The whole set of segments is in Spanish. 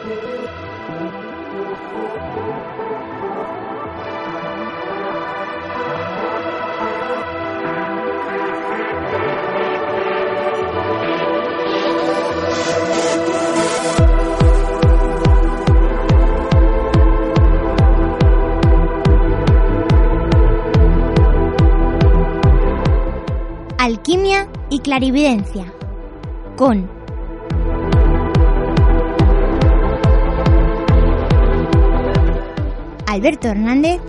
Alquimia y clarividencia con Alberto Hernández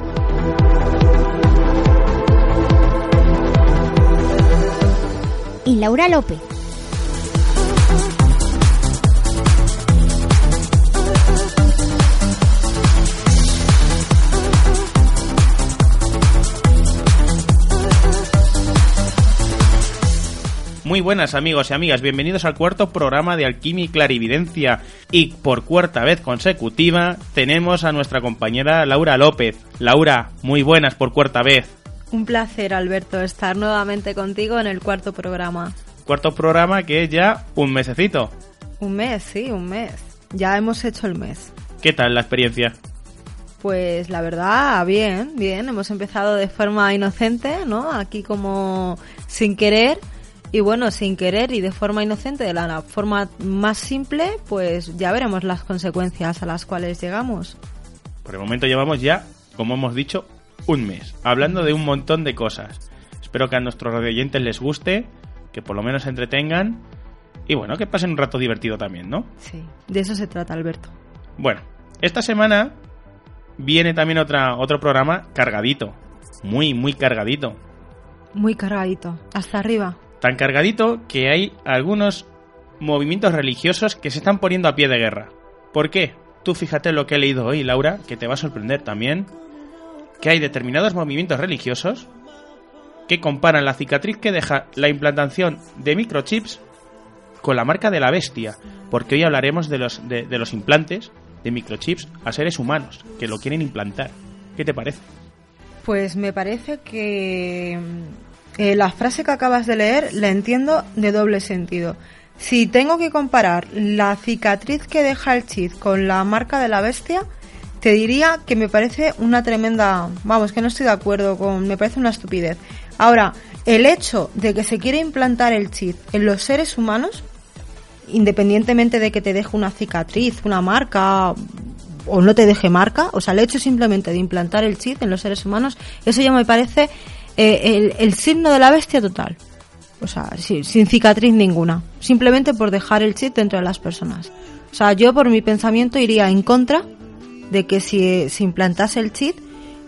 y Laura López. Muy buenas amigos y amigas, bienvenidos al cuarto programa de Alquimia y Clarividencia. Y por cuarta vez consecutiva tenemos a nuestra compañera Laura López. Laura, muy buenas por cuarta vez. Un placer, Alberto, estar nuevamente contigo en el cuarto programa. Cuarto programa que es ya un mesecito. Un mes, sí, un mes. Ya hemos hecho el mes. ¿Qué tal la experiencia? Pues la verdad, bien. Hemos empezado de forma inocente, ¿no? Aquí como sin querer. Y bueno, sin querer y de forma inocente, de la forma más simple, pues ya veremos las consecuencias a las cuales llegamos. Por el momento llevamos ya, como hemos dicho, un mes, hablando de un montón de cosas. Espero que a nuestros radioyentes les guste, que por lo menos se entretengan y bueno, que pasen un rato divertido también, ¿no? Sí, de eso se trata, Alberto. Bueno, esta semana viene también otro programa cargadito, muy cargadito. Muy cargadito, hasta arriba. Tan cargadito que hay algunos movimientos religiosos que se están poniendo a pie de guerra. ¿Por qué? Tú fíjate lo que he leído hoy, Laura, que te va a sorprender también, que hay determinados movimientos religiosos que comparan la cicatriz que deja la implantación de microchips con la marca de la bestia, porque hoy hablaremos de los implantes de microchips a seres humanos que lo quieren implantar. ¿Qué te parece? Pues me parece que la frase que acabas de leer la entiendo de doble sentido. Si tengo que comparar la cicatriz que deja el chip con la marca de la bestia, te diría que me parece una tremenda... Vamos, que no estoy de acuerdo con... Me parece una estupidez. Ahora, el hecho de que se quiera implantar el chip en los seres humanos, independientemente de que te deje una cicatriz, una marca o no te deje marca, o sea, el hecho simplemente de implantar el chip en los seres humanos, eso ya me parece... El signo de la bestia total. O sea, sin cicatriz ninguna. Simplemente por dejar el chip dentro de las personas. O sea, yo por mi pensamiento iría en contra de que si se implantase el chip.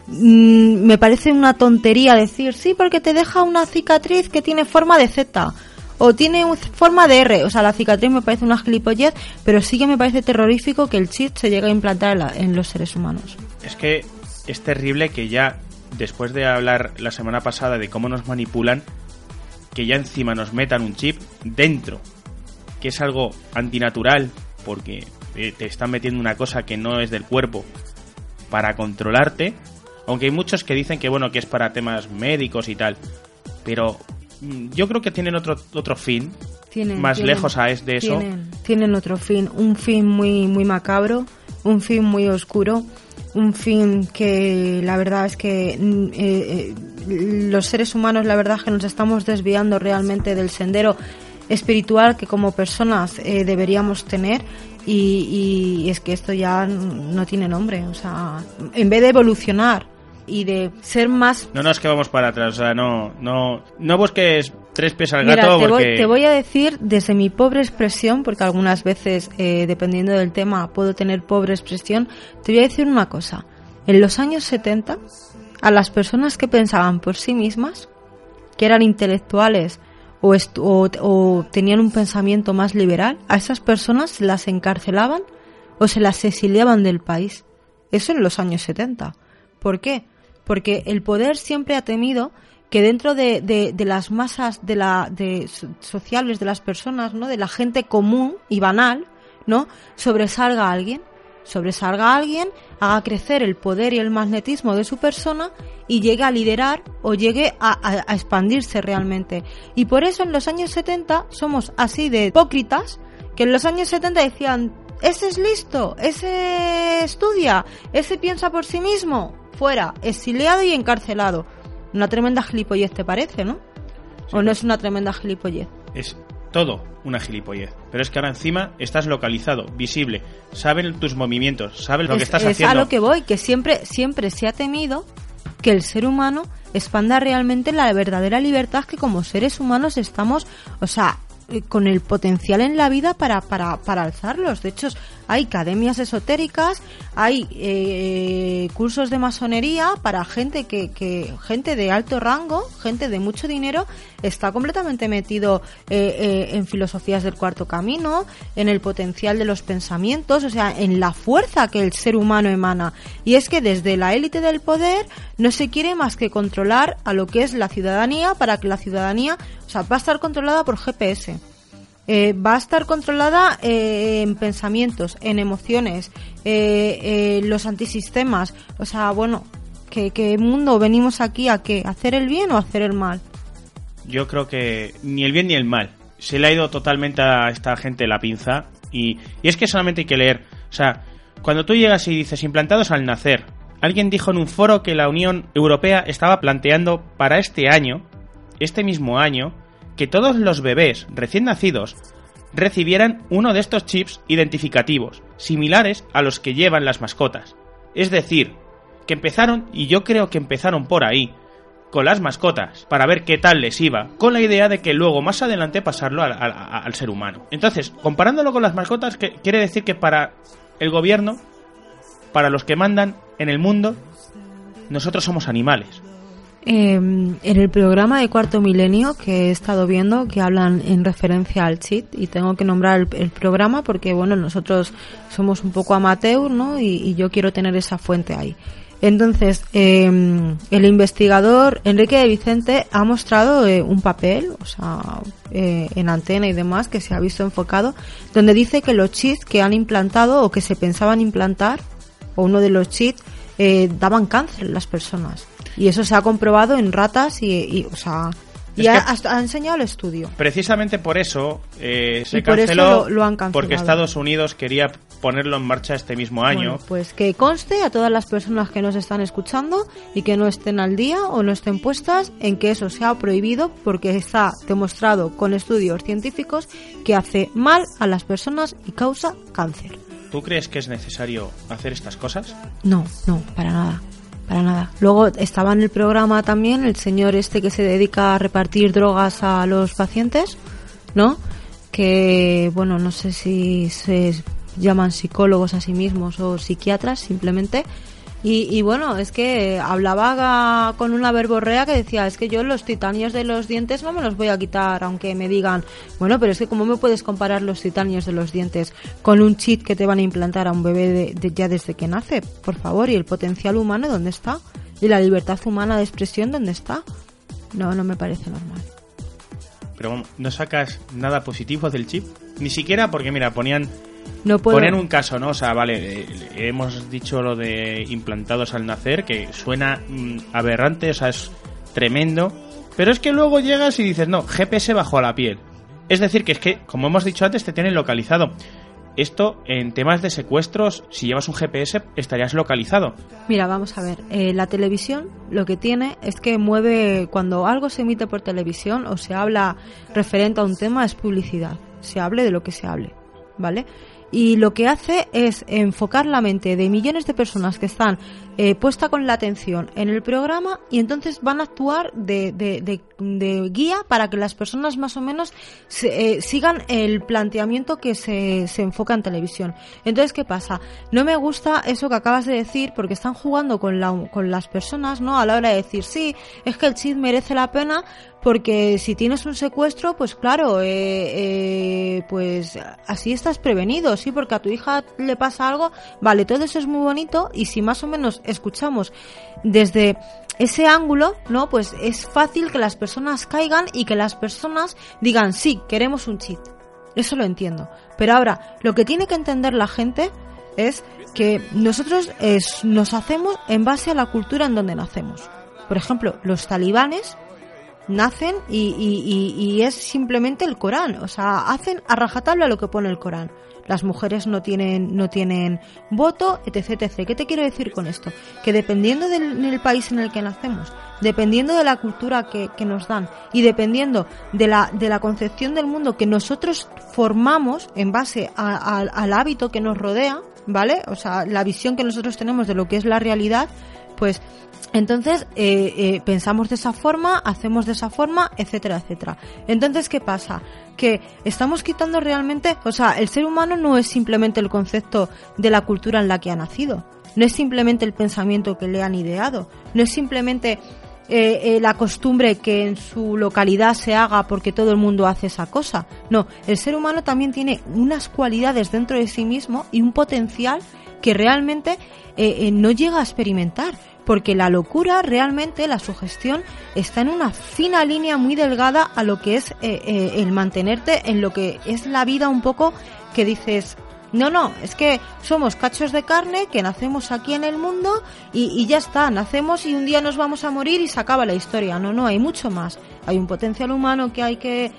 Me parece una tontería decir, sí, porque te deja una cicatriz que tiene forma de Z. O tiene forma de R. O sea, la cicatriz me parece una gilipollez, pero sí que me parece terrorífico que el chip se llegue a implantar en los seres humanos. Es que es terrible que ya... Después de hablar la semana pasada de cómo nos manipulan, que ya encima nos metan un chip dentro, que es algo antinatural, porque te están metiendo una cosa que no es del cuerpo para controlarte, aunque hay muchos que dicen que bueno, que es para temas médicos y tal, pero yo creo que tienen otro fin, lejos de eso. Tienen otro fin, un fin muy macabro, un fin muy oscuro. Un fin que la verdad es que los seres humanos la verdad es que nos estamos desviando realmente del sendero espiritual que como personas deberíamos tener y es que esto ya no tiene nombre. O sea, en vez de evolucionar y de ser más... No, es que vamos para atrás, o sea, no busques tres pies al Mira, gato porque... te voy a decir desde mi pobre expresión, porque algunas veces, dependiendo del tema, puedo tener pobre expresión, te voy a decir una cosa. En los años 70, a las personas que pensaban por sí mismas, que eran intelectuales o tenían un pensamiento más liberal, a esas personas se las encarcelaban o se las exiliaban del país. Eso en los años 70. ¿Por qué? Porque el poder siempre ha temido que dentro de las masas sociales de las personas, ¿no? De la gente común y banal, ¿no? sobresalga a alguien, haga crecer el poder y el magnetismo de su persona y llegue a liderar o llegue a expandirse realmente. Y por eso en los años 70 somos así de hipócritas, que en los años 70 decían, ese es listo, ese estudia, ese piensa por sí mismo, fuera, exiliado y encarcelado. Una tremenda gilipollez, ¿te parece, no? Sí, ¿o no es una tremenda gilipollez? Es todo una gilipollez. Pero es que ahora encima estás localizado, visible, saben tus movimientos, saben lo que estás haciendo. Es a lo que voy, que siempre se ha temido que el ser humano expanda realmente la verdadera libertad que como seres humanos estamos, o sea, con el potencial en la vida para alzarlos. De hecho, hay academias esotéricas, hay cursos de masonería para gente gente de alto rango, gente de mucho dinero, está completamente metido en filosofías del cuarto camino, en el potencial de los pensamientos, o sea, en la fuerza que el ser humano emana. Y es que desde la élite del poder no se quiere más que controlar a lo que es la ciudadanía, para que la ciudadanía, o sea, va a estar controlada por GPS. Va a estar controlada en pensamientos, en emociones, los antisistemas. O sea, bueno, ¿qué mundo venimos aquí a qué? ¿A hacer el bien o a hacer el mal? Yo creo que ni el bien ni el mal. Se le ha ido totalmente a esta gente la pinza. Y es que solamente hay que leer. O sea, cuando tú llegas y dices implantados al nacer, alguien dijo en un foro que la Unión Europea estaba planteando para este mismo año, que todos los bebés recién nacidos recibieran uno de estos chips identificativos, similares a los que llevan las mascotas. Es decir, que empezaron, y yo creo que empezaron por ahí, con las mascotas, para ver qué tal les iba, con la idea de que luego más adelante pasarlo al ser humano. Entonces, comparándolo con las mascotas, quiere decir que para el gobierno, para los que mandan en el mundo, nosotros somos animales. En el programa de Cuarto Milenio que he estado viendo, que hablan en referencia al cheat, y tengo que nombrar el programa porque, bueno, nosotros somos un poco amateur, ¿no? Y yo quiero tener esa fuente ahí. Entonces, el investigador Enrique de Vicente ha mostrado un papel, o sea, en antena y demás, que se ha visto enfocado, donde dice que los cheats que han implantado o que se pensaban implantar, o uno de los cheats, daban cáncer en las personas. Y eso se ha comprobado en ratas y o sea, y ha enseñado el estudio. Precisamente por eso se por canceló, eso lo han cancelado. Porque Estados Unidos quería ponerlo en marcha este mismo año. Bueno, pues que conste a todas las personas que nos están escuchando y que no estén al día o no estén puestas en que eso se ha prohibido, porque está demostrado con estudios científicos que hace mal a las personas y causa cáncer. ¿Tú crees que es necesario hacer estas cosas? No, para nada. Para nada. Luego estaba en el programa también el señor este que se dedica a repartir drogas a los pacientes, ¿no? Que, bueno, no sé si se llaman psicólogos a sí mismos o psiquiatras simplemente. Y bueno, es que hablaba con una verborrea que decía, es que yo los titanios de los dientes no me los voy a quitar, aunque me digan, bueno, pero es que ¿cómo me puedes comparar los titanios de los dientes con un chip que te van a implantar a un bebé ya desde que nace? Por favor, ¿y el potencial humano dónde está? ¿Y la libertad humana de expresión dónde está? No me parece normal. Pero ¿no sacas nada positivo del chip? Ni siquiera porque, mira, ponían un caso, ¿no? O sea, vale, hemos dicho lo de implantados al nacer, que suena aberrante, o sea, es tremendo. Pero es que luego llegas y dices, no, GPS bajo la piel. Es decir, que es que, como hemos dicho antes, te tienen localizado. Esto, en temas de secuestros, si llevas un GPS, estarías localizado. Mira, vamos a ver, la televisión lo que tiene es que mueve, cuando algo se emite por televisión o se habla referente a un tema, es publicidad. Se hable de lo que se hable, ¿vale? Y lo que hace es enfocar la mente de millones de personas que están puesta con la atención en el programa, y entonces van a actuar de guía para que las personas más o menos sigan el planteamiento que se enfoca en televisión. Entonces, ¿qué pasa? No me gusta eso que acabas de decir, porque están jugando con las personas, ¿no? A la hora de decir, sí, es que el chip merece la pena, porque si tienes un secuestro, pues claro, pues así estás prevenido, sí, porque a tu hija le pasa algo, vale, todo eso es muy bonito, y si más o menos escuchamos desde ese ángulo, ¿no? Pues es fácil que las personas caigan y que las personas digan, sí, queremos un chip. Eso lo entiendo. Pero ahora, lo que tiene que entender la gente es que nosotros nos hacemos en base a la cultura en donde nacemos. Por ejemplo, los talibanes nacen y es simplemente el Corán. O sea, hacen a rajatabla lo que pone el Corán. Las mujeres no tienen voto, etc, etc. ¿Qué te quiero decir con esto? Que dependiendo del país en el que nacemos, dependiendo de la cultura que nos dan y dependiendo de la concepción del mundo que nosotros formamos en base al hábito que nos rodea, ¿vale? O sea, la visión que nosotros tenemos de lo que es la realidad, pues entonces pensamos de esa forma, hacemos de esa forma, etcétera, etcétera. Entonces, ¿qué pasa? Que estamos quitando realmente, o sea, el ser humano no es simplemente el concepto de la cultura en la que ha nacido, no es simplemente el pensamiento que le han ideado, no es simplemente la costumbre que en su localidad se haga porque todo el mundo hace esa cosa. No, el ser humano también tiene unas cualidades dentro de sí mismo y un potencial que realmente no llega a experimentar, porque la locura, realmente la sugestión está en una fina línea muy delgada a lo que es el mantenerte en lo que es la vida un poco, que dices, no, es que somos cachos de carne que nacemos aquí en el mundo y ya está, nacemos y un día nos vamos a morir y se acaba la historia. No, hay mucho más. Hay un potencial humano que hay que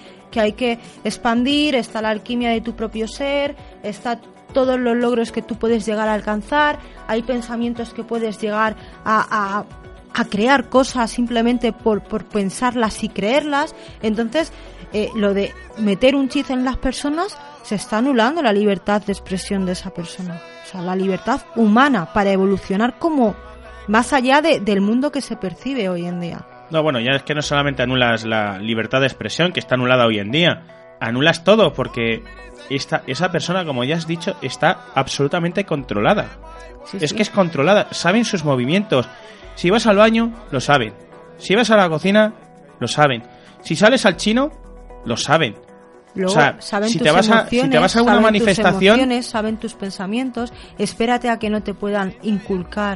expandir, está la alquimia de tu propio ser, está todos los logros que tú puedes llegar a alcanzar, hay pensamientos que puedes llegar a crear cosas simplemente por pensarlas y creerlas. Entonces, lo de meter un chip en las personas, se está anulando la libertad de expresión de esa persona, o sea, la libertad humana para evolucionar como más allá del mundo que se percibe hoy en día. No, bueno, ya es que no solamente anulas la libertad de expresión, que está anulada hoy en día, anulas todo, porque esa persona, como ya has dicho, está absolutamente controlada. Sí. Que es controlada, saben sus movimientos. Si vas al baño, lo saben. Si vas a la cocina, lo saben. Si sales al chino, lo saben. Luego, o sea, saben si tus te vas emociones, a alguna manifestación, tus emociones, saben tus pensamientos. Espérate a que no te puedan inculcar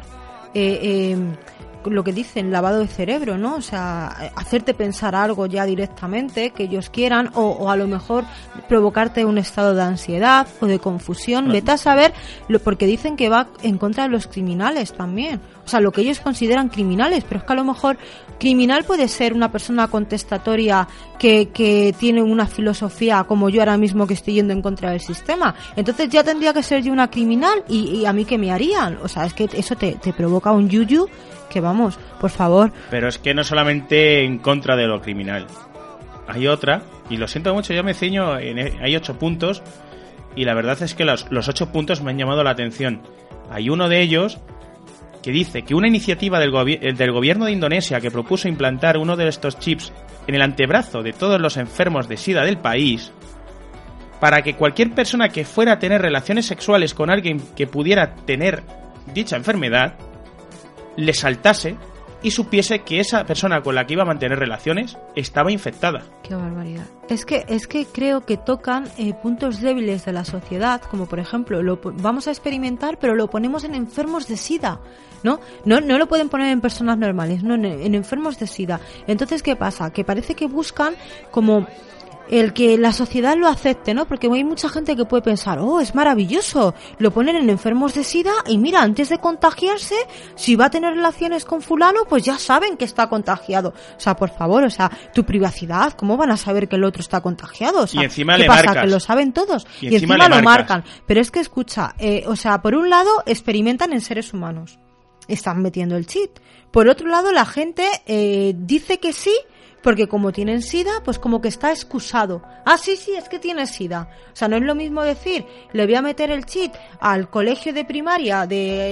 lo que dicen, lavado de cerebro, ¿no? O sea, hacerte pensar algo ya directamente que ellos quieran, o a lo mejor provocarte un estado de ansiedad o de confusión. Vete a saber, porque dicen que va en contra de los criminales también. O sea, lo que ellos consideran criminales, pero es que a lo mejor criminal puede ser una persona contestatoria que tiene una filosofía como yo ahora mismo, que estoy yendo en contra del sistema. Entonces ya tendría que ser yo una criminal, y a mí ¿qué me harían? O sea, es que eso te provoca un yuyu que vamos, por favor. Pero es que no solamente en contra de lo criminal. Hay otra, y lo siento mucho, yo me ciño, hay 8 puntos, y la verdad es que los 8 puntos me han llamado la atención. Hay uno de ellos que dice que una iniciativa del gobierno de Indonesia que propuso implantar uno de estos chips en el antebrazo de todos los enfermos de SIDA del país, para que cualquier persona que fuera a tener relaciones sexuales con alguien que pudiera tener dicha enfermedad, le saltase y supiese que esa persona con la que iba a mantener relaciones estaba infectada. Qué barbaridad. Es que creo que tocan puntos débiles de la sociedad, como por ejemplo, vamos a experimentar, pero lo ponemos en enfermos de SIDA, ¿no? No lo pueden poner en personas normales, no, en enfermos de SIDA. Entonces, ¿qué pasa? Que parece que buscan como el que la sociedad lo acepte, ¿no? Porque hay mucha gente que puede pensar, es maravilloso, lo ponen en enfermos de SIDA y mira, antes de contagiarse, si va a tener relaciones con fulano, pues ya saben que está contagiado. O sea, por favor, o sea, tu privacidad, ¿cómo van a saber que el otro está contagiado? O sea, y encima ¿qué le pasa? Marcas. Que lo saben todos. Y encima lo marcan. Pero es que, escucha, o sea, por un lado, experimentan en seres humanos. Están metiendo el chip. Por otro lado, la gente dice que sí, porque como tienen SIDA, pues como que está excusado. Ah, sí, es que tiene SIDA. O sea, no es lo mismo decir, le voy a meter el chip al colegio de primaria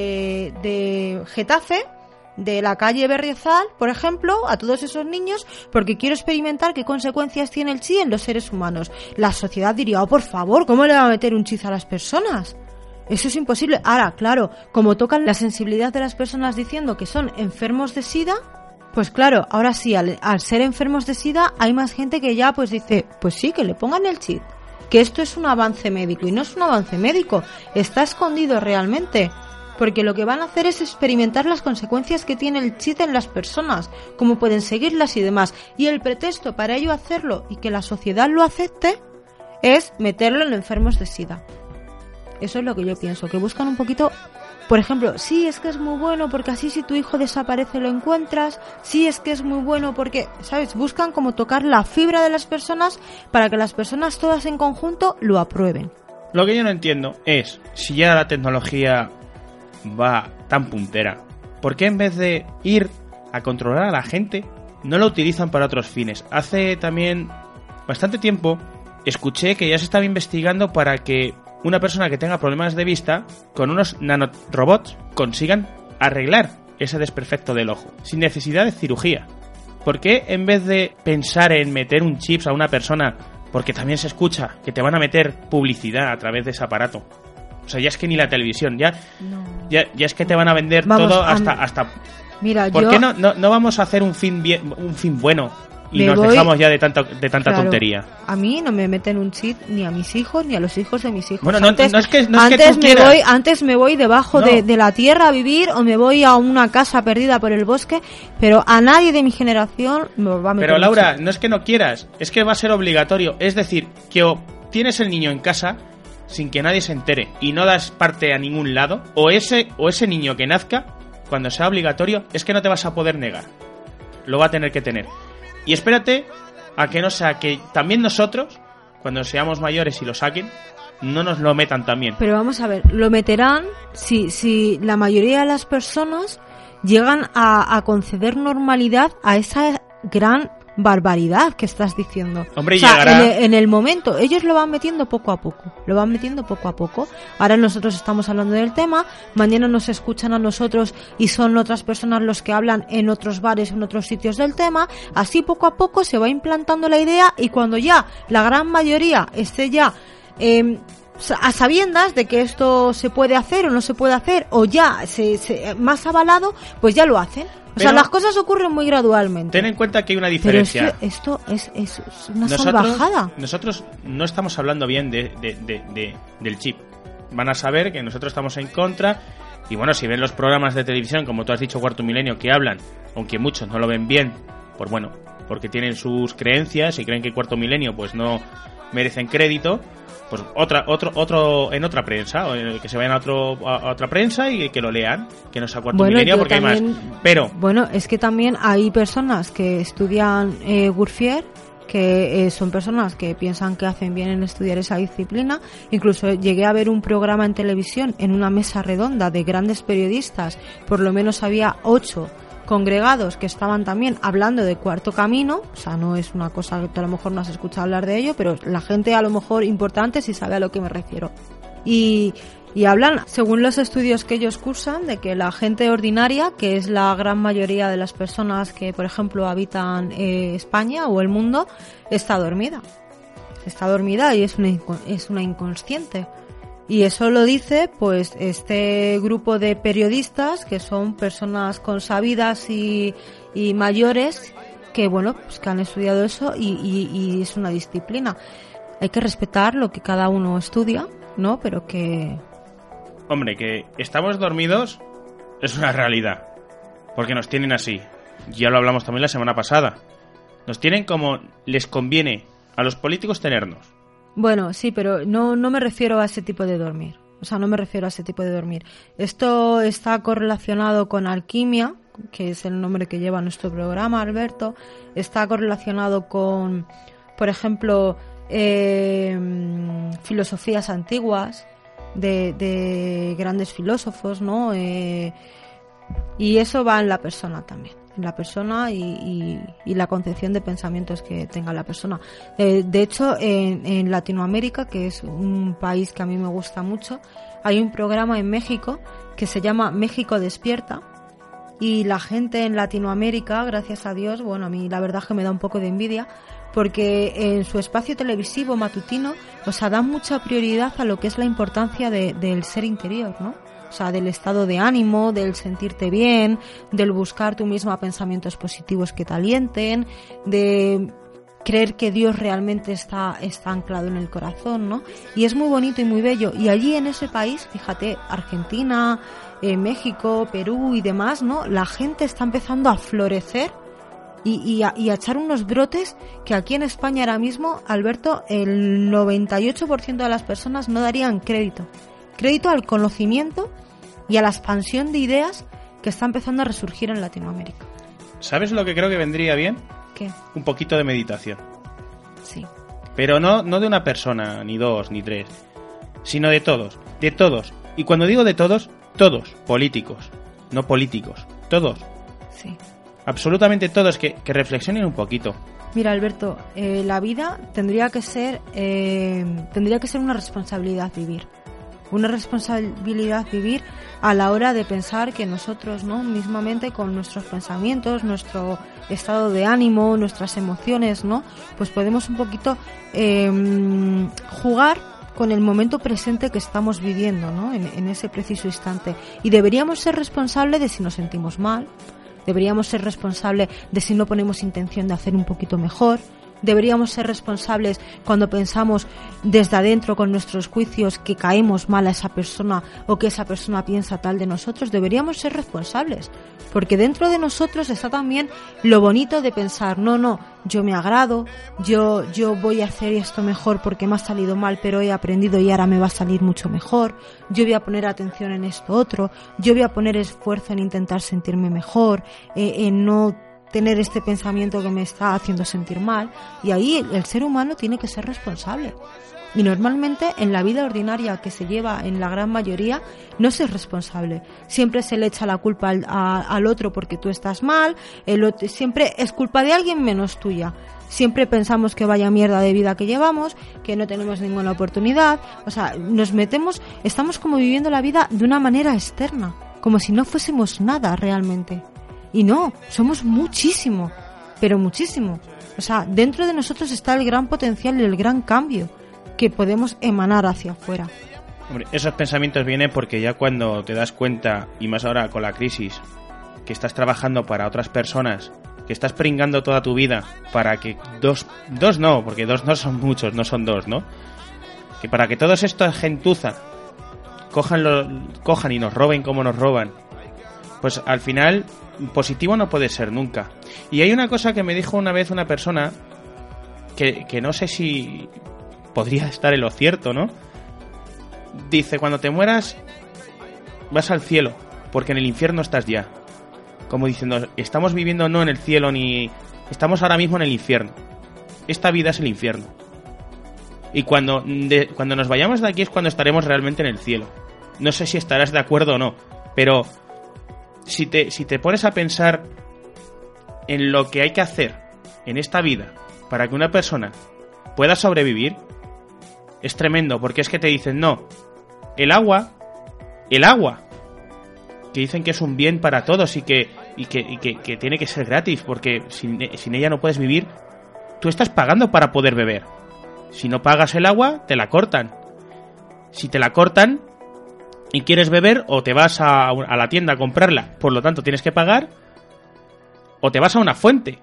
de Getafe, de la calle Berriozal, por ejemplo, a todos esos niños, porque quiero experimentar qué consecuencias tiene el chip en los seres humanos. La sociedad diría, por favor, ¿cómo le va a meter un chip a las personas? Eso es imposible. Ahora, claro, como tocan la sensibilidad de las personas diciendo que son enfermos de SIDA, pues claro, ahora sí, al ser enfermos de SIDA, hay más gente que ya pues dice, pues sí, que le pongan el chip, que esto es un avance médico, y no es un avance médico, está escondido realmente, porque lo que van a hacer es experimentar las consecuencias que tiene el chip en las personas, cómo pueden seguirlas y demás, y el pretexto para ello hacerlo y que la sociedad lo acepte es meterlo en enfermos de SIDA. Eso es lo que yo pienso, que buscan un poquito por ejemplo, sí, es que es muy bueno porque así si tu hijo desaparece lo encuentras, sí, es que es muy bueno porque, ¿sabes? Buscan como tocar la fibra de las personas para que las personas todas en conjunto lo aprueben. Lo que yo no entiendo es, si ya la tecnología va tan puntera, ¿por qué en vez de ir a controlar a la gente, no lo utilizan para otros fines? Hace también bastante tiempo escuché que ya se estaba investigando para que una persona que tenga problemas de vista, con unos nanorobots, consigan arreglar ese desperfecto del ojo, sin necesidad de cirugía. ¿Por qué en vez de pensar en meter un chip a una persona, porque también se escucha que te van a meter publicidad a través de ese aparato? O sea, ya es que ni la televisión, ya es que te van a vender todo hasta... Mira, ¿por qué no vamos a hacer un fin bueno y nos dejamos ya de tanta tontería? A mí no me meten un chip ni a mis hijos ni a los hijos de mis hijos. Bueno, antes me voy debajo de la tierra a vivir o me voy a una casa perdida por el bosque, pero a nadie de mi generación me va a meter. Pero Laura, no es que no quieras, es que va a ser obligatorio. Es decir, que o tienes el niño en casa sin que nadie se entere y no das parte a ningún lado, o ese niño que nazca, cuando sea obligatorio, es que no te vas a poder negar. Lo va a tener que tener. Y espérate a que no sea que también nosotros, cuando seamos mayores y lo saquen, no nos lo metan también. Pero vamos a ver, lo meterán si la mayoría de las personas llegan a conceder normalidad a esa gran barbaridad que estás diciendo. Hombre, o sea, llegará... en el momento, ellos lo van metiendo poco a poco. Ahora nosotros estamos hablando del tema, mañana nos escuchan a nosotros y son otras personas los que hablan en otros bares, en otros sitios del tema. Así poco a poco se va implantando la idea y cuando ya la gran mayoría esté ya a sabiendas de que esto se puede hacer o no se puede hacer, o ya más avalado, pues ya lo hacen. O sea, las cosas ocurren muy gradualmente. Ten en cuenta que hay una diferencia. Pero esto es una salvajada. Nosotros no estamos hablando bien del chip. Van a saber que nosotros estamos en contra. Y bueno, si ven los programas de televisión, como tú has dicho, Cuarto Milenio, que hablan, aunque muchos no lo ven bien, pues bueno, porque tienen sus creencias y creen que Cuarto Milenio pues no merecen crédito, pues otro en otra prensa, o que se vayan a otra prensa y que lo lean, que no sea Cuarto Milenio, porque también, hay más. Pero bueno, es que también hay personas que estudian Gurfier, que son personas que piensan que hacen bien en estudiar esa disciplina. Incluso llegué a ver un programa en televisión en una mesa redonda de grandes periodistas, por lo menos había 8 congregados que estaban también hablando de Cuarto Camino. O sea, no es una cosa que a lo mejor no has escuchado hablar de ello, pero la gente a lo mejor importante sí sabe a lo que me refiero. Y hablan, según los estudios que ellos cursan, de que la gente ordinaria, que es la gran mayoría de las personas que, por ejemplo, habitan España o el mundo, está dormida. Está dormida y es una inconsciente. Y eso lo dice pues este grupo de periodistas, que son personas consabidas y mayores, que bueno, pues que han estudiado eso y es una disciplina. Hay que respetar lo que cada uno estudia, ¿no? Pero que... Hombre, que estamos dormidos es una realidad, porque nos tienen así. Ya lo hablamos también la semana pasada. Nos tienen como les conviene a los políticos tenernos. Bueno, sí, pero no me refiero a ese tipo de dormir. O sea, no me refiero a ese tipo de dormir. Esto está correlacionado con alquimia, que es el nombre que lleva nuestro programa, Alberto. Está correlacionado con, por ejemplo, filosofías antiguas de grandes filósofos, ¿no? Y eso va en la persona también. En la persona y la concepción de pensamientos que tenga la persona. De hecho, en Latinoamérica, que es un país que a mí me gusta mucho, hay un programa en México que se llama México Despierta, y la gente en Latinoamérica, gracias a Dios, bueno, a mí la verdad es que me da un poco de envidia, porque en su espacio televisivo matutino, o sea, dan mucha prioridad a lo que es la importancia del ser interior, ¿no? O sea, del estado de ánimo, del sentirte bien, del buscar tú misma pensamientos positivos que te alienten, de creer que Dios realmente está anclado en el corazón, ¿no? Y es muy bonito y muy bello. Y allí en ese país, fíjate, Argentina, México, Perú y demás, ¿no? La gente está empezando a florecer y a echar unos brotes que aquí en España ahora mismo, Alberto, el 98% de las personas no darían crédito al conocimiento y a la expansión de ideas que está empezando a resurgir en Latinoamérica. ¿Sabes lo que creo que vendría bien? ¿Qué? Un poquito de meditación. Sí. Pero no de una persona, ni dos, ni tres, sino de todos. De todos. Y cuando digo de todos, todos. Políticos, no políticos. Todos. Sí. Absolutamente todos, que reflexionen un poquito. Mira, Alberto, la vida tendría que ser una responsabilidad vivir. Una responsabilidad vivir a la hora de pensar que nosotros, ¿no?, mismamente con nuestros pensamientos, nuestro estado de ánimo, nuestras emociones, ¿no?, pues podemos un poquito jugar con el momento presente que estamos viviendo, ¿no?, en ese preciso instante. Y deberíamos ser responsables de si nos sentimos mal, deberíamos ser responsables de si no ponemos intención de hacer un poquito mejor, deberíamos ser responsables cuando pensamos desde adentro con nuestros juicios que caemos mal a esa persona o que esa persona piensa tal de nosotros. Deberíamos ser responsables, porque dentro de nosotros está también lo bonito de pensar, no, yo me agrado, yo voy a hacer esto mejor porque me ha salido mal, pero he aprendido y ahora me va a salir mucho mejor, yo voy a poner atención en esto otro, yo voy a poner esfuerzo en intentar sentirme mejor, en no tener este pensamiento que me está haciendo sentir mal. Y ahí el ser humano tiene que ser responsable. Y normalmente en la vida ordinaria que se lleva en la gran mayoría no se es responsable. Siempre se le echa la culpa al otro porque tú estás mal, el otro, siempre es culpa de alguien menos tuya. Siempre pensamos que vaya mierda de vida que llevamos, que no tenemos ninguna oportunidad. O sea, estamos como viviendo la vida de una manera externa, como si no fuésemos nada realmente. Y no, somos muchísimo, pero muchísimo. O sea, dentro de nosotros está el gran potencial y el gran cambio que podemos emanar hacia afuera. Hombre, esos pensamientos vienen porque ya cuando te das cuenta, y más ahora con la crisis, que estás trabajando para otras personas, que estás pringando toda tu vida para que dos no, porque dos no son muchos, no son dos, ¿no? Que para que todos estos gentuza cojan y nos roben como nos roban, pues al final positivo no puede ser nunca. Y hay una cosa que me dijo una vez una persona que no sé si podría estar en lo cierto, ¿no? Dice, cuando te mueras vas al cielo, porque en el infierno estás ya. Como diciendo, estamos viviendo no en el cielo ni... Estamos ahora mismo en el infierno. Esta vida es el infierno. Y cuando nos vayamos de aquí es cuando estaremos realmente en el cielo. No sé si estarás de acuerdo o no, pero... Si te pones a pensar en lo que hay que hacer en esta vida para que una persona pueda sobrevivir, es tremendo, porque es que te dicen, no, el agua, que dicen que es un bien para todos y que tiene que ser gratis, porque sin ella no puedes vivir. Tú estás pagando para poder beber. Si no pagas el agua, te la cortan. Si te la cortan y quieres beber, o te vas a la tienda a comprarla, por lo tanto tienes que pagar, o te vas a una fuente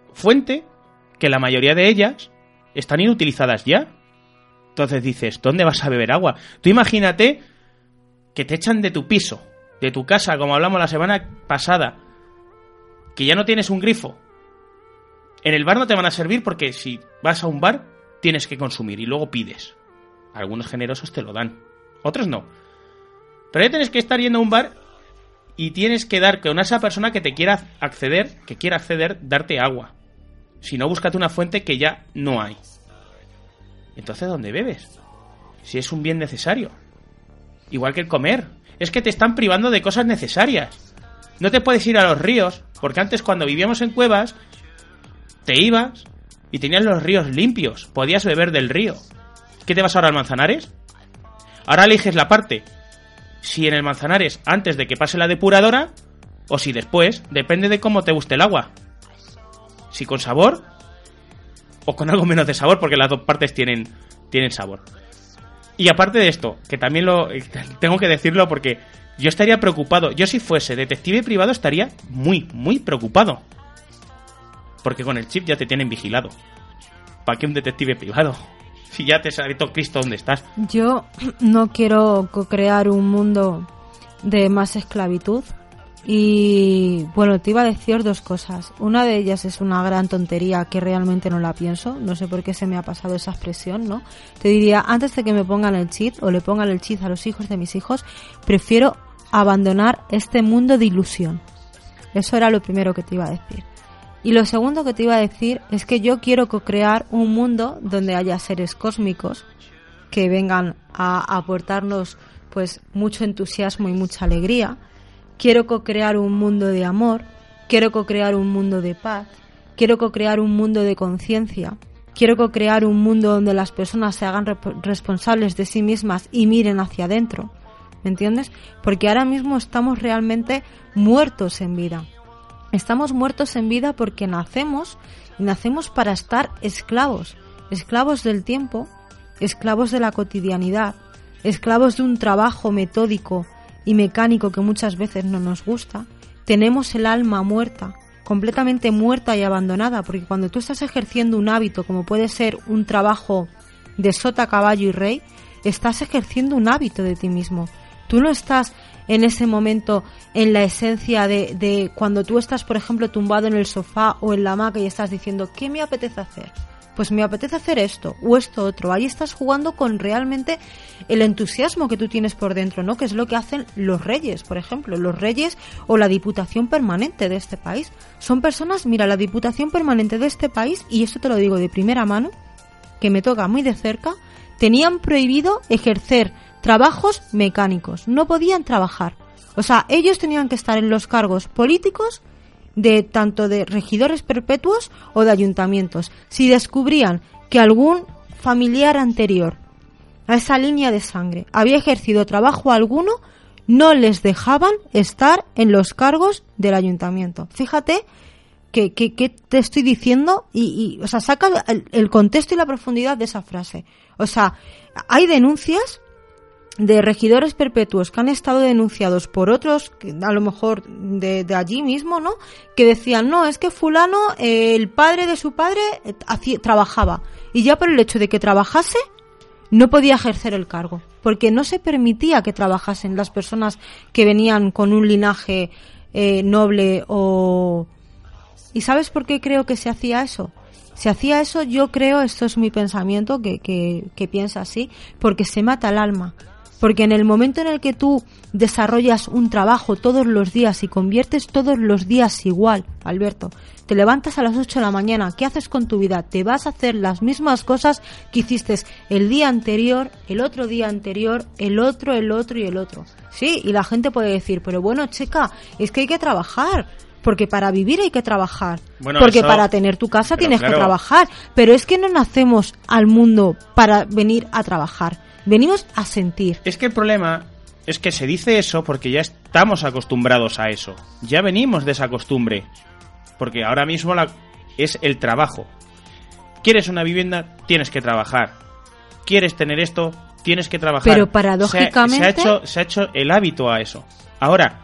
que la mayoría de ellas están inutilizadas ya. Entonces dices, ¿dónde vas a beber agua? Tú imagínate que te echan de tu piso, de tu casa, como hablamos la semana pasada, que ya no tienes un grifo. En el bar no te van a servir porque si vas a un bar tienes que consumir y luego pides. Algunos generosos te lo dan, otros no. Pero ya tienes que estar yendo a un bar y tienes que dar con esa persona que quiera acceder, darte agua. Si no, búscate una fuente que ya no hay. Entonces, ¿dónde bebes? Si es un bien necesario. Igual que el comer. Es que te están privando de cosas necesarias. No te puedes ir a los ríos, porque antes cuando vivíamos en cuevas, te ibas y tenías los ríos limpios. Podías beber del río. ¿Qué te vas ahora al Manzanares? Ahora eliges la parte. Si en el Manzanares antes de que pase la depuradora o si después, depende de cómo te guste el agua. Si con sabor o con algo menos de sabor, porque las dos partes tienen sabor. Y aparte de esto, que también tengo que decirlo porque yo estaría preocupado. Yo si fuese detective privado estaría muy, muy preocupado. Porque con el chip ya te tienen vigilado. ¿Para qué un detective privado? Si ya te sabe todo Cristo dónde estás. Yo no quiero crear un mundo de más esclavitud. Y bueno, te iba a decir dos cosas. Una de ellas es una gran tontería que realmente no la pienso. No sé por qué se me ha pasado esa expresión, ¿no? Te diría, antes de que me pongan el chip o le pongan el chip a los hijos de mis hijos, prefiero a abandonar este mundo de ilusión. Eso era lo primero que te iba a decir. Y lo segundo que te iba a decir es que yo quiero co-crear un mundo donde haya seres cósmicos que vengan a aportarnos pues mucho entusiasmo y mucha alegría. Quiero co-crear un mundo de amor, quiero co-crear un mundo de paz, quiero co-crear un mundo de conciencia, quiero co-crear un mundo donde las personas se hagan responsables de sí mismas y miren hacia adentro, ¿me entiendes? Porque ahora mismo estamos realmente muertos en vida. Estamos muertos en vida porque nacemos para estar esclavos del tiempo, esclavos de la cotidianidad, esclavos de un trabajo metódico y mecánico que muchas veces no nos gusta. Tenemos el alma muerta, completamente muerta y abandonada, porque cuando tú estás ejerciendo un hábito como puede ser un trabajo de sota, caballo y rey, estás ejerciendo un hábito de ti mismo. Tú no estás en ese momento en la esencia de cuando tú estás, por ejemplo, tumbado en el sofá o en la hamaca y estás diciendo ¿qué me apetece hacer? Pues me apetece hacer esto o esto otro. Ahí estás jugando con realmente el entusiasmo que tú tienes por dentro, ¿no? Que es lo que hacen los reyes, por ejemplo. Los reyes o la Diputación Permanente de este país. Son personas, mira, la Diputación Permanente de este país, y esto te lo digo de primera mano, que me toca muy de cerca, tenían prohibido ejercer trabajos mecánicos. No podían trabajar. O sea, ellos tenían que estar en los cargos políticos de tanto de regidores perpetuos o de ayuntamientos. Si descubrían que algún familiar anterior a esa línea de sangre había ejercido trabajo alguno, no les dejaban estar en los cargos del ayuntamiento. Fíjate que te estoy diciendo y o sea, saca el contexto y la profundidad de esa frase. O sea, hay denuncias de regidores perpetuos que han estado denunciados por otros, a lo mejor de allí mismo, ¿no? Que decían, no, es que fulano, el padre de su padre trabajaba, y ya por el hecho de que trabajase no podía ejercer el cargo, porque no se permitía que trabajasen las personas que venían con un linaje noble o... ¿Y sabes por qué creo que se hacía eso? Se hacía eso, yo creo, esto es mi pensamiento, que piensa así, porque se mata el alma. Porque en el momento en el que tú desarrollas un trabajo todos los días y conviertes todos los días igual, Alberto, te levantas a las 8 de la mañana, ¿qué haces con tu vida? Te vas a hacer las mismas cosas que hiciste el día anterior, el otro día anterior, el otro y el otro. Sí, y la gente puede decir, pero bueno, chica, es que hay que trabajar. Porque para vivir hay que trabajar. Bueno, porque eso, para tener tu casa tienes que trabajar. Pero es que no nacemos al mundo para venir a trabajar. Venimos a sentir. Es que el problema es que se dice eso porque ya estamos acostumbrados a eso. Ya venimos de esa costumbre. Porque ahora mismo es el trabajo. ¿Quieres una vivienda? Tienes que trabajar. ¿Quieres tener esto? Tienes que trabajar. Pero paradójicamente... Se ha hecho el hábito a eso. Ahora...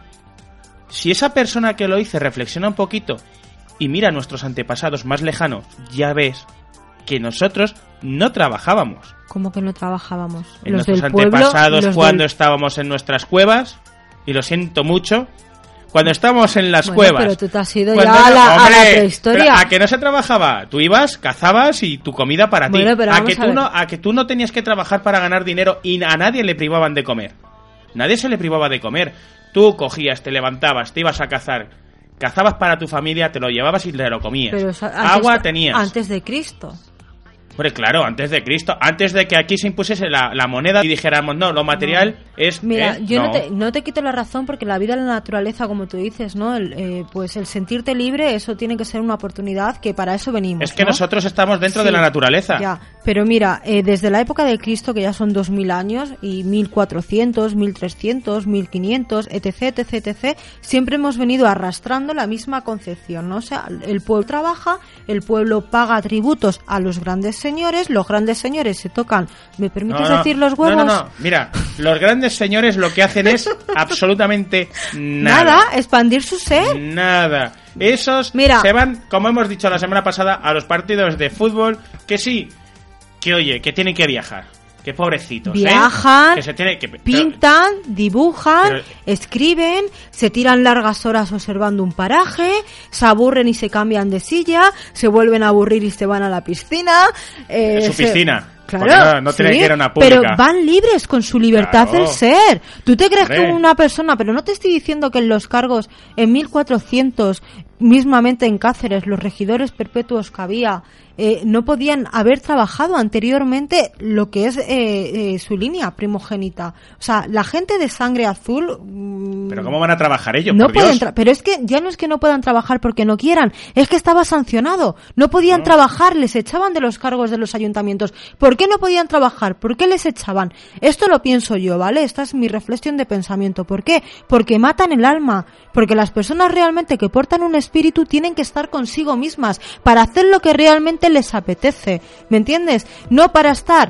Si esa persona que lo hizo reflexiona un poquito y mira a nuestros antepasados más lejanos, ya ves que nosotros no trabajábamos. ¿Cómo que no trabajábamos? En nuestros antepasados cuando estábamos en nuestras cuevas, y lo siento mucho, cuando estábamos en las cuevas. Pero tú te has ido ya a la prehistoria. ¿A que no se trabajaba? Tú ibas, cazabas y tu comida para ti. ¿A que tú no tenías que trabajar para ganar dinero y a nadie le privaban de comer? Nadie se le privaba de comer. Tú cogías, te levantabas, te ibas a cazar, cazabas para tu familia, te lo llevabas y te lo comías. Pero agua tenías. Antes de Cristo. Hombre, claro, antes de Cristo, antes de que aquí se impusiese la moneda y dijéramos, no, lo material es... Mira, yo no te quito la razón porque la vida y la naturaleza, como tú dices, ¿no? Pues el sentirte libre, eso tiene que ser una oportunidad, que para eso venimos. Es que ¿no? Nosotros estamos dentro de la naturaleza. Ya, pero mira, desde la época de Cristo, que ya son 2000 años, y 1400, 1300, 1500, etc, siempre hemos venido arrastrando la misma concepción, ¿no? O sea, el pueblo trabaja, el pueblo paga tributos a los grandes señores, los grandes señores se tocan, ¿me permites decir los huevos? No, mira, los grandes señores lo que hacen es absolutamente nada. Nada, expandir su ser. Nada. Esos se van, como hemos dicho la semana pasada, a los partidos de fútbol, que sí, que oye, que tienen que viajar. Qué pobrecitos, viajan, que pintan, dibujan, escriben, se tiran largas horas observando un paraje, se aburren y se cambian de silla, se vuelven a aburrir y se van a la piscina. Su piscina. Claro, no sí, tiene que ir a una pública. pero van libres con su libertad Claro. del ser. ¿Tú te crees Hombre. que una persona, pero no te estoy diciendo que en los cargos en 1400, mismamente en Cáceres, los regidores perpetuos que había, no podían haber trabajado anteriormente lo que es su línea primogénita? O sea, la gente de sangre azul... Pero ¿cómo van a trabajar ellos, no por Dios? pueden pero es que ya no es que no puedan trabajar porque no quieran, es que estaba sancionado. No podían trabajar, les echaban de los cargos de los ayuntamientos. ¿Por qué no podían trabajar? ¿Por qué les echaban? Esto lo pienso yo, ¿vale? Esta es mi reflexión de pensamiento. ¿Por qué? Porque matan el alma. Porque las personas realmente que portan un espíritu tienen que estar consigo mismas para hacer lo que realmente les apetece. ¿Me entiendes? No para estar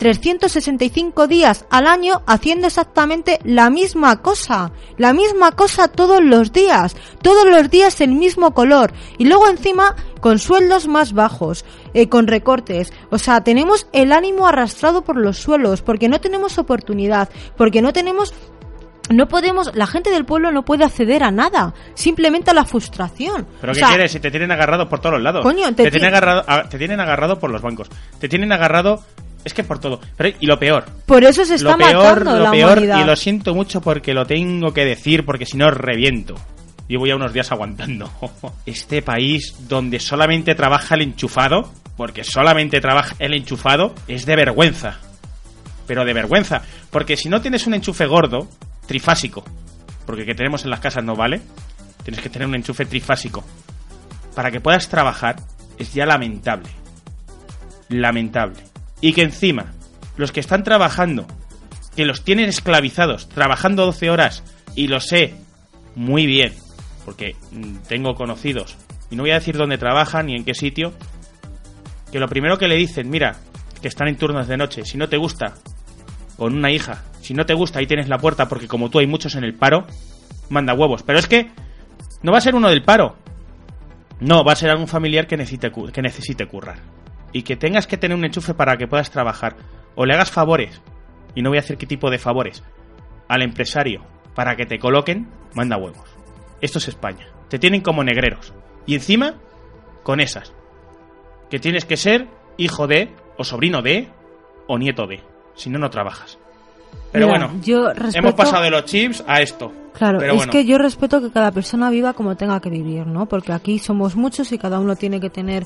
365 días al año haciendo exactamente la misma cosa todos los días el mismo color, y luego encima con sueldos más bajos, con recortes. O sea, tenemos el ánimo arrastrado por los suelos, porque no tenemos oportunidad, porque no podemos, la gente del pueblo no puede acceder a nada, simplemente a la frustración. ¿Pero o qué sea, quieres? Si te tienen agarrado por todos los lados. Coño, te tienen agarrado por los bancos. Te tienen agarrado... Es que por todo. Pero, y lo peor. Por eso se está matando la humanidad. Y lo siento mucho porque lo tengo que decir, porque si no reviento. Llevo ya unos días aguantando. Este país donde solamente trabaja el enchufado, porque solamente trabaja el enchufado, es de vergüenza. Pero de vergüenza. Porque si no tienes un enchufe gordo, trifásico, porque que tenemos en las casas no vale, tienes que tener un enchufe trifásico para que puedas trabajar, es ya lamentable. Lamentable. Y que encima, los que están trabajando, que los tienen esclavizados, trabajando 12 horas, y lo sé muy bien, porque tengo conocidos, y no voy a decir dónde trabajan ni en qué sitio, que lo primero que le dicen, mira, que están en turnos de noche, si no te gusta, con una hija, si no te gusta, ahí tienes la puerta, porque como tú hay muchos en el paro, manda huevos. Pero es que no va a ser uno del paro, no, va a ser algún familiar que necesite currar. Y que tengas que tener un enchufe para que puedas trabajar. O le hagas favores, y no voy a decir qué tipo de favores, al empresario para que te coloquen, manda huevos. Esto es España. Te tienen como negreros. Y encima, con esas. Que tienes que ser hijo de, o sobrino de, o nieto de. Si no, no trabajas. Pero mira, bueno, yo respeto... hemos pasado de los chips a esto. Claro, pero es bueno. que yo respeto que cada persona viva como tenga que vivir, ¿no? Porque aquí somos muchos y cada uno tiene que tener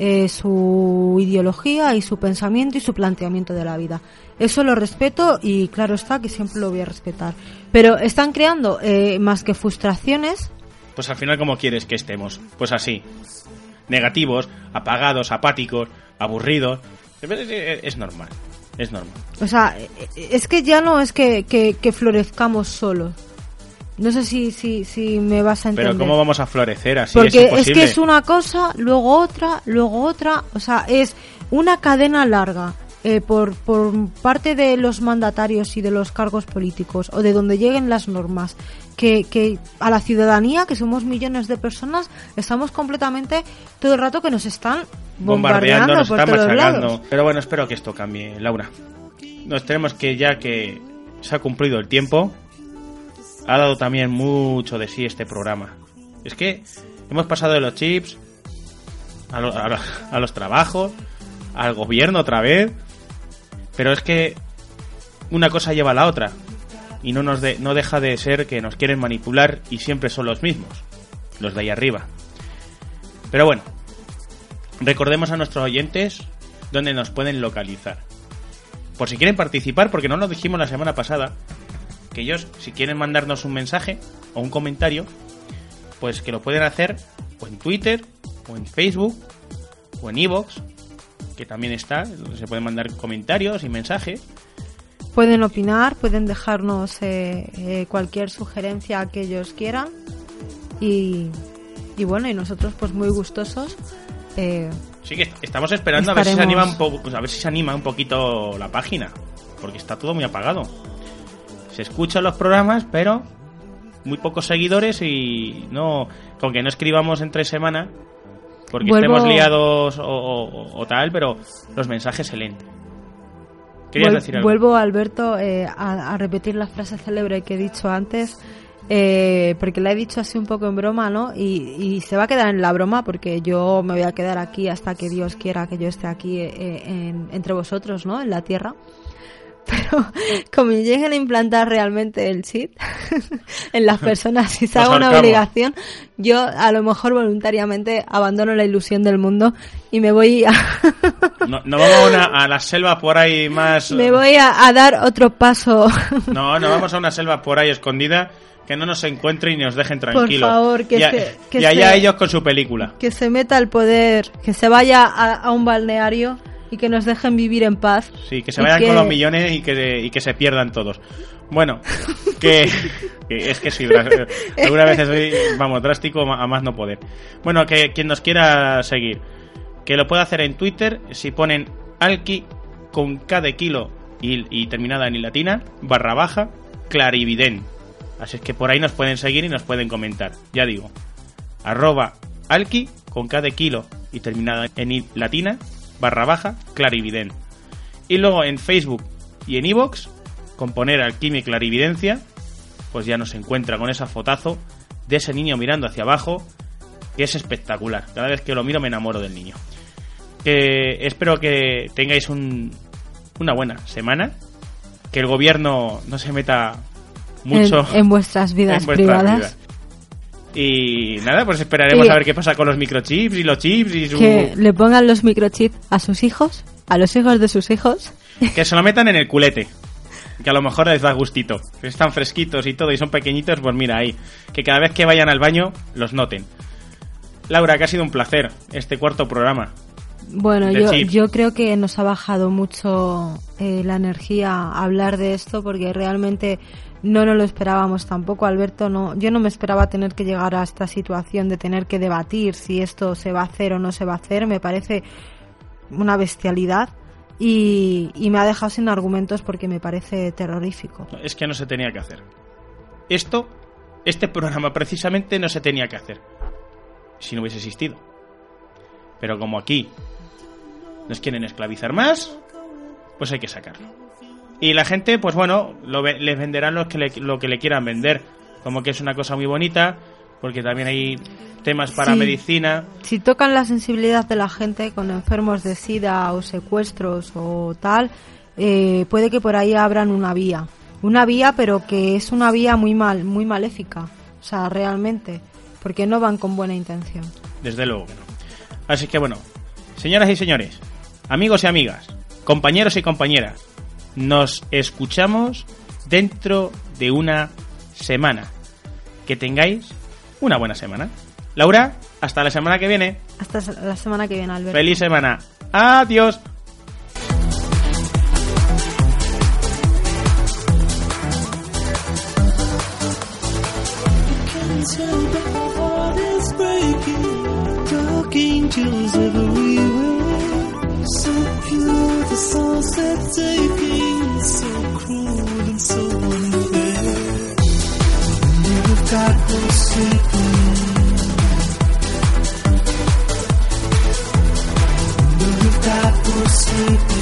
su ideología y su pensamiento y su planteamiento de la vida. Eso lo respeto y claro está que siempre lo voy a respetar. Pero están creando más que frustraciones. Pues al final, ¿cómo quieres que estemos? Pues así. Negativos, apagados, apáticos, aburridos. Es normal. Es normal. O sea, es que ya no es que florezcamos solos. No sé si me vas a entender. Pero ¿cómo vamos a florecer así? Porque es imposible. que es una cosa, luego otra. O sea, es una cadena larga por parte de los mandatarios y de los cargos políticos o de donde lleguen las normas. Que a la ciudadanía, que somos millones de personas, estamos completamente todo el rato que nos están bombardeando nos por están todos machacando. lados. Pero bueno, espero que esto cambie, Laura. Nos tenemos que, ya que se ha cumplido el tiempo, ha dado también mucho de sí este programa. Es que hemos pasado de los chips a los trabajos, al gobierno otra vez, pero es que una cosa lleva a la otra y no deja de ser que nos quieren manipular y siempre son los mismos, los de ahí arriba. Pero bueno, recordemos a nuestros oyentes dónde nos pueden localizar. Por si quieren participar, porque no lo dijimos la semana pasada, que ellos, si quieren mandarnos un mensaje o un comentario, pues que lo pueden hacer o en Twitter, o en Facebook, o en iVoox, que también está, donde se pueden mandar comentarios y mensajes. Pueden opinar, pueden dejarnos cualquier sugerencia que ellos quieran y bueno, y nosotros pues muy gustosos. Sí, que estamos esperando a ver si se anima un poquito la página, porque está todo muy apagado. Se escuchan los programas, pero muy pocos seguidores y no, con que no escribamos entre semana, porque estemos liados o tal, pero los mensajes se leen. ¿Querías decir algo? Vuelvo, Alberto, a repetir la frase célebre que he dicho antes. porque le he dicho así un poco en broma, ¿no? Y se va a quedar en la broma porque yo me voy a quedar aquí hasta que Dios quiera que yo esté aquí entre vosotros, ¿no? En la tierra. Pero como lleguen a implantar realmente el chip en las personas y se haga una obligación, yo a lo mejor voluntariamente abandono la ilusión del mundo y me voy a... no vamos a la selva por ahí más... Me voy a dar otro paso. No vamos a una selva por ahí escondida que no nos encuentren y nos dejen tranquilos. Por favor, y allá ellos con su película. Que se meta el poder, que se vaya a un balneario y que nos dejen vivir en paz. Sí, que se vayan con los millones y que se pierdan todos. Bueno, que es que sí, algunas veces soy, vamos, drástico a más no poder. Bueno, que quien nos quiera seguir, que lo pueda hacer en Twitter, si ponen alki con K de kilo y terminada en i latina, / clarividen. Así es que por ahí nos pueden seguir y nos pueden comentar. Ya digo, @alki con K de kilo y terminada en i latina, / clarividen. Y luego en Facebook y en iVoox, con poner Alquimia y Clarividencia, pues ya nos encuentra con esa fotazo de ese niño mirando hacia abajo, que es espectacular. Cada vez que lo miro me enamoro del niño. Espero que tengáis una buena semana, que el gobierno no se meta mucho en vuestras vidas privadas. Vidas. Y nada, pues esperaremos a ver qué pasa con los microchips y los chips y que le pongan los microchips a sus hijos, a los hijos de sus hijos. Que se lo metan en el culete, que a lo mejor les da gustito. Que están fresquitos y todo y son pequeñitos, pues mira ahí. Que cada vez que vayan al baño los noten. Laura, que ha sido un placer este cuarto programa. Bueno, yo creo que nos ha bajado mucho la energía hablar de esto porque realmente no nos lo esperábamos tampoco, Alberto. Yo no me esperaba tener que llegar a esta situación de tener que debatir si esto se va a hacer o no se va a hacer. Me parece una bestialidad y me ha dejado sin argumentos porque me parece terrorífico. Es que no se tenía que hacer. Este programa precisamente no se tenía que hacer si no hubiese existido. Pero como aquí nos quieren esclavizar más, pues hay que sacarlo. Y la gente, pues bueno, les venderán lo que le quieran vender. Como que es una cosa muy bonita, porque también hay temas para medicina. Si tocan la sensibilidad de la gente con enfermos de SIDA o secuestros o tal, puede que por ahí abran una vía, pero que es una vía muy maléfica. O sea, realmente, porque no van con buena intención. Desde luego que no. Así que bueno, señoras y señores, amigos y amigas, compañeros y compañeras, nos escuchamos dentro de una semana. Que tengáis una buena semana. Laura, hasta la semana que viene. Hasta la semana que viene, Alberto. Feliz semana. Adiós. Angels everywhere, so pure the sunset taking, so cruel and so unfair. You've got no sleeping, you've got no sleeping.